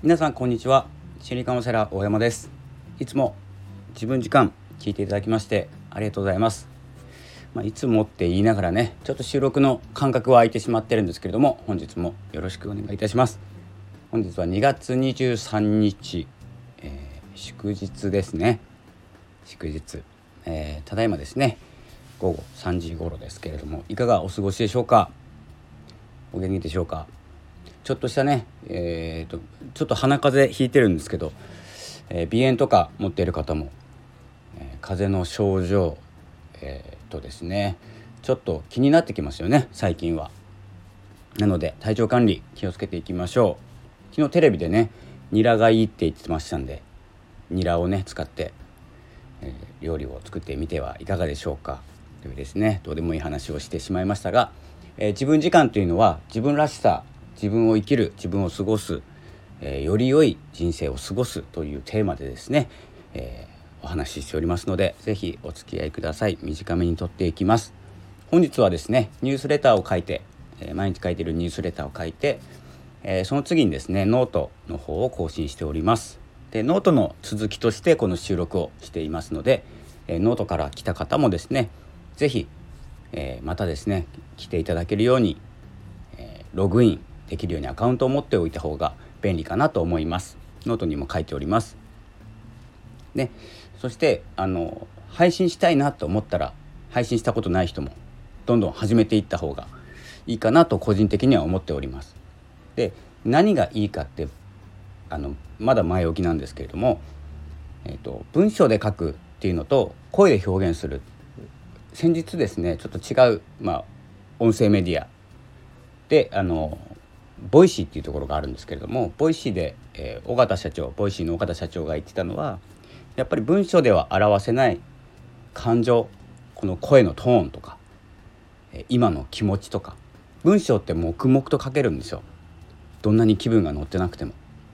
皆さんこんにちは。心理カウンセラー大山です。いつも自分時間聞いていただきましてありがとうございます。いつもって言いながらね、ちょっと収録の間隔は空いてしまってるんですけれども、本日もよろしくお願いいたします。本日は2月23日、祝日ですね。祝日、ただいまですね午後3時頃ですけれども、いかがお過ごしでしょうか。お元気でしょうか。ちょっとしたね、ちょっと鼻風邪ひいてるんですけど、鼻炎とか持っている方も、風邪の症状、ですね、ちょっと気になってきますよね、最近は。なので体調管理気をつけていきましょう。昨日テレビでね、ニラがいいって言ってましたんで、ニラをね使って、料理を作ってみてはいかがでしょうかというですね、どうでもいい話をしてしまいましたが、自分時間というのは自分らしさ、自分を生きる、自分を過ごす、より良い人生を過ごすというテーマでですね、お話ししておりますので、ぜひお付き合いください。短めにとっていきます。本日はですね、ニュースレターを書いて、毎日書いているニュースレターを書いて、その次にですねノートの方を更新しております。でノートの続きとしてこの収録をしていますので、ノートから来た方もですね、ぜひ、またですね来ていただけるように、ログインできるようにアカウントを持っておいた方が便利かなと思います。ノートにも書いております。でそして配信したいなと思ったら、配信したことない人もどんどん始めていった方がいいかなと個人的には思っております。で何がいいかってまだ前置きなんですけれども、文章で書くっていうのと声で表現する、先日ですねちょっと違う、音声メディアでボイシーっていうところがあるんですけれども、ボイシーで、ボイシーの尾形社長が言ってたのは、やっぱり文章では表せない感情、この声のトーンとか、今の気持ちとか、文章って黙々と書けるんですよ。どんなに気分が乗ってなくても。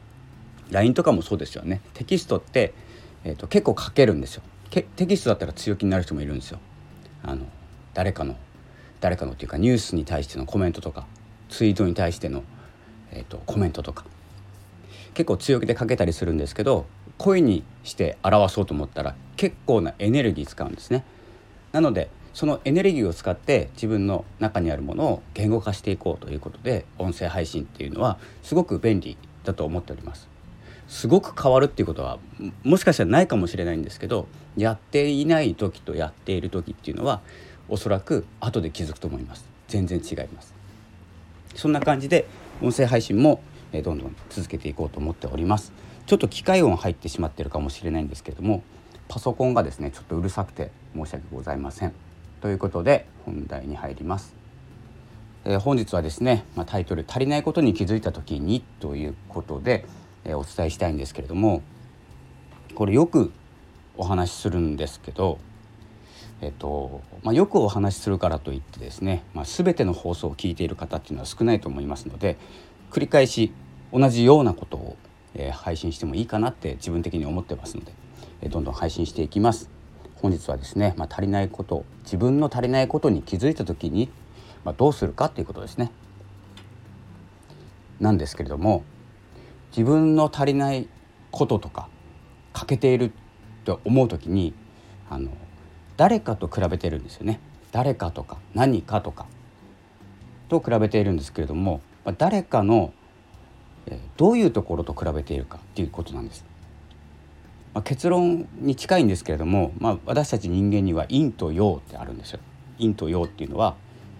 LINE とかもそうですよね。テキストって、結構書けるんですよ。テキストだったら強気になる人もいるんですよ。誰かのっていうかニュースに対してのコメントとか、ツイートに対しての、コメントとか結構強気で書けたりするんですけど、声にして表そうと思ったら結構なエネルギー使うんですね。なのでそのエネルギーを使って自分の中にあるものを言語化していこうということで、音声配信っていうのはすごく便利だと思っております。すごく変わるっていうことはもしかしたらないかもしれないんですけど、やっていない時とやっている時っていうのはおそらく後で気づくと思います。全然違います。そんな感じで音声配信もどんどん続けていこうと思っております。ちょっと機械音入ってしまってるかもしれないんですけれども、パソコンがですねちょっとうるさくて申し訳ございません。ということで本題に入ります。本日はですね、タイトル足りないことに気づいた時にということで、お伝えしたいんですけれども、これよくお話しするんですけど、よくお話しするからといってですね、全ての放送を聞いている方っていうのは少ないと思いますので、繰り返し同じようなことを、配信してもいいかなって自分的に思ってますので、どんどん配信していきます。本日はですね、足りないこと、自分の足りないことに気づいた時に、どうするかということですね。なんですけれども、自分の足りないこととか欠けていると思う時に誰かと比べているんですよね。誰かとか何かとかと比べているんですけれども、誰かのどういうところと比べているかっていうことなんです。結論に近いんですけれども、私たち人間には陰と陽ってあるんですよ。陰と陽っていうのは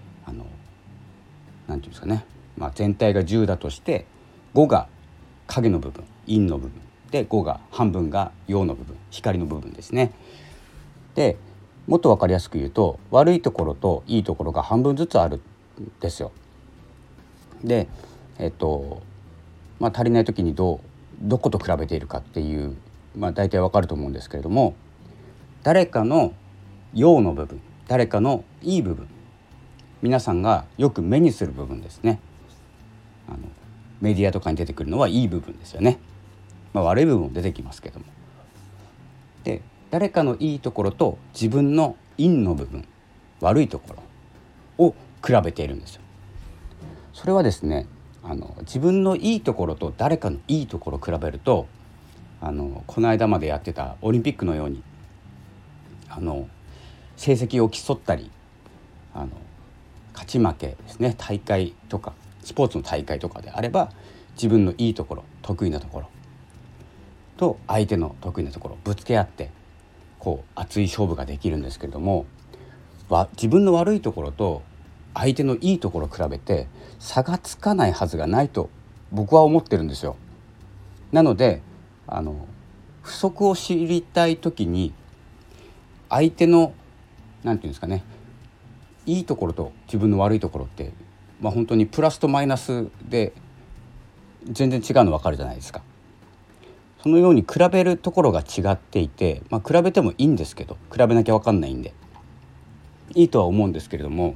なんていうんですかね、全体が10だとして5が影の部分、陰の部分で、5が半分が陽の部分、光の部分ですね。でもっと分かりやすく言うと、悪いところといいところが半分ずつあるんですよ。で足りない時にどこと比べているかっていう、大体分かると思うんですけれども、誰かの陽の部分、誰かのいい部分、皆さんがよく目にする部分ですね。メディアとかに出てくるのはいい部分ですよね。悪い部分も出てきますけども。で誰かのいいところと自分の陰の部分、悪いところを比べているんですよ。それはですね、 自分のいいところと誰かのいいところを比べるとこの間までやってたオリンピックのように成績を競ったり勝ち負けですね、大会とかスポーツの大会とかであれば自分のいいところ得意なところと相手の得意なところぶつけ合って熱い勝負ができるんですけれども、自分の悪いところと相手のいいところを比べて差がつかないはずがないと僕は思ってるんですよ。なので不足を知りたい時に相手のなんていうんですかね、いいところと自分の悪いところって、本当にプラスとマイナスで全然違うの分かるじゃないですか。そのように比べるところが違っていて、比べてもいいんですけど、比べなきゃ分かんないんでいいとは思うんですけれども、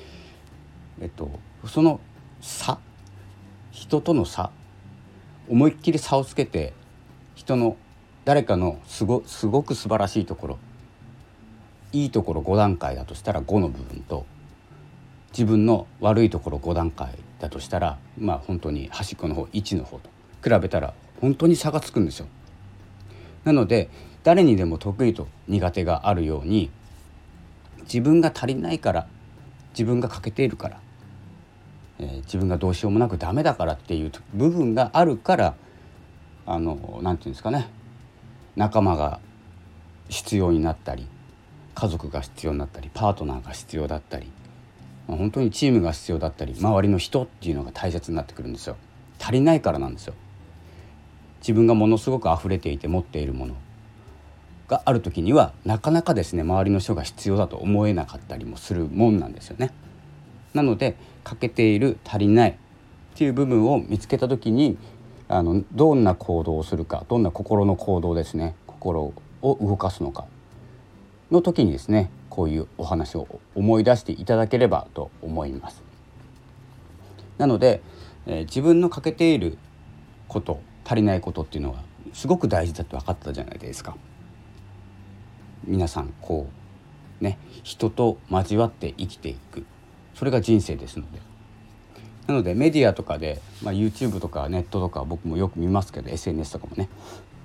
その差、人との差、思いっきり差をつけて誰かのすごく素晴らしいところ、いいところ5段階だとしたら5の部分と自分の悪いところ5段階だとしたら本当に端っこの方1の方と比べたら本当に差がつくんですよ。なので誰にでも得意と苦手があるように、自分が足りないから、自分が欠けているから、自分がどうしようもなくダメだからっていう部分があるからなんていうんですかね、仲間が必要になったり、家族が必要になったり、パートナーが必要だったり、本当にチームが必要だったり、周りの人っていうのが大切になってくるんですよ。足りないからなんですよ。自分がものすごく溢れていて持っているものがある時にはなかなかですね、周りの人が必要だと思えなかったりもするもんなんですよね。なので欠けている、足りないっていう部分を見つけた時にどんな行動をするか、どんな心の行動ですね、心を動かすのかの時にですね、こういうお話を思い出していただければと思います。なので、自分の欠けていること、足りないことっていうのはすごく大事だって分かったじゃないですか。皆さん人と交わって生きていく、それが人生ですので。なのでメディアとかで、YouTube とかネットとか僕もよく見ますけど、 SNS とかもね、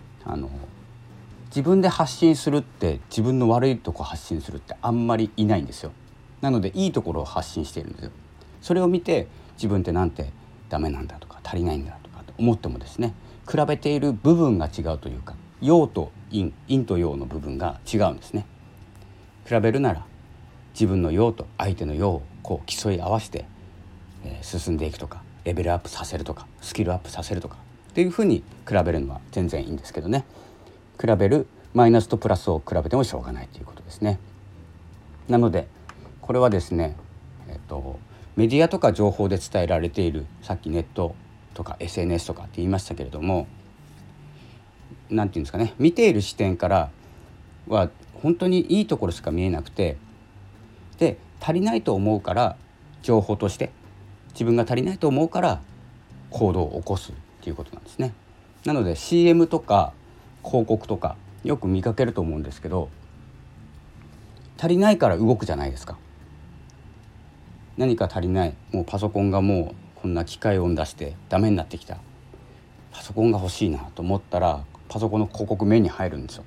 自分で発信するって、自分の悪いとこ発信するってあんまりいないんですよ。なのでいいところを発信しているんですよ。それを見て自分ってなんてダメなんだとか足りないんだとか思ってもですね、比べている部分が違うというか、陽と陰、陰と陽の部分が違うんですね。比べるなら自分の陽と相手の陽を競い合わせて、進んでいくとか、レベルアップさせるとか、スキルアップさせるとかっていうふうに比べるのは全然いいんですけどね。比べる、マイナスとプラスを比べてもしょうがないということですね。なのでこれはですね、メディアとか情報で伝えられている、さっきネットとか SNS とかって言いましたけれども、なんていうんですかね、見ている視点からは本当にいいところしか見えなくて、で足りないと思うから、情報として自分が足りないと思うから行動を起こすっていうことなんですね。なので CM とか広告とかよく見かけると思うんですけど、足りないから動くじゃないですか。何か足りない、もうパソコンがもうこんな機械音出してダメになってきた、パソコンが欲しいなと思ったらパソコンの広告目に入るんですよ。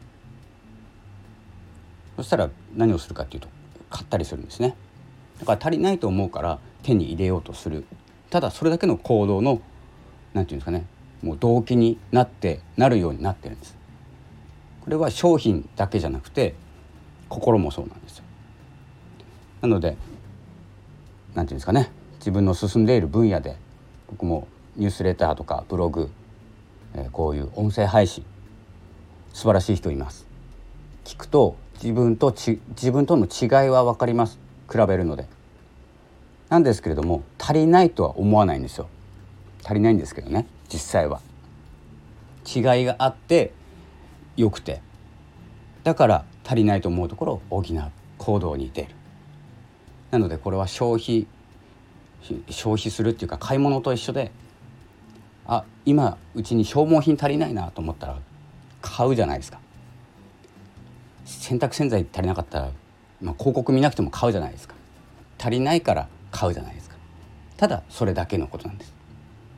そしたら何をするかっていうと買ったりするんですね。だから足りないと思うから手に入れようとする。ただそれだけの行動のなんていうんですかね、もう動機になるようになってるんです。これは商品だけじゃなくて心もそうなんですよ。なのでなんていうんですかね、自分の進んでいる分野で僕もニュースレターとかブログ、こういう音声配信、素晴らしい人います。聞くと自分との違いは分かります。比べるので。なんですけれども足りないとは思わないんですよ。足りないんですけどね、実際は違いがあってよくて、だから足りないと思うところを補う行動に出る。なのでこれは消費するっていうか買い物と一緒で、今うちに消耗品足りないなと思ったら買うじゃないですか。洗濯洗剤足りなかったら、広告見なくても買うじゃないですか。足りないから買うじゃないですか。ただそれだけのことなんです。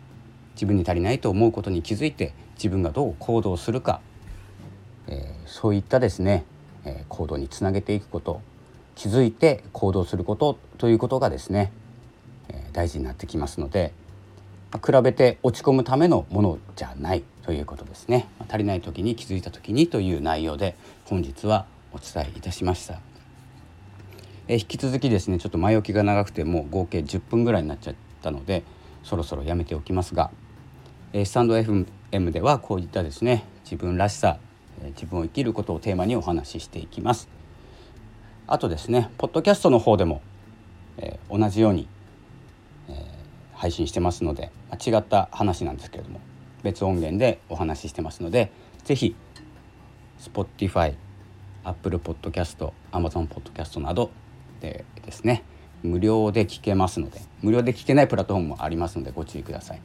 自分に足りないと思うことに気づいて自分がどう行動するか、そういったですね、行動につなげていくこと、気づいて行動することということがですね、大事になってきますので、比べて落ち込むためのものじゃないということですね。足りない時に気づいた時にという内容で本日はお伝えいたしました。引き続きですね、ちょっと前置きが長くてもう合計10分ぐらいになっちゃったのでそろそろやめておきますが、スタンド FM ではこういったですね、自分らしさ、自分を生きることをテーマにお話ししていきます。あとですね、ポッドキャストの方でも、同じように、配信してますので、違った話なんですけれども別音源でお話ししてますので、ぜひ Spotify、Apple Podcast、Amazon Podcast などでですね、無料で聞けますので、無料で聞けないプラットフォームもありますのでご注意ください。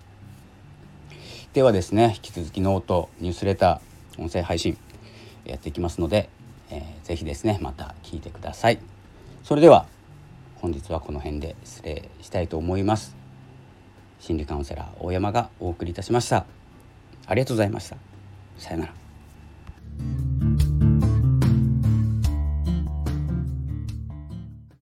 ではですね、引き続きノート、ニュースレター、音声配信やっていきますので、ぜひですねまた聞いてください。それでは本日はこの辺で失礼したいと思います。心理カウンセラー大山がお送りいたしました。ありがとうございました。さよなら。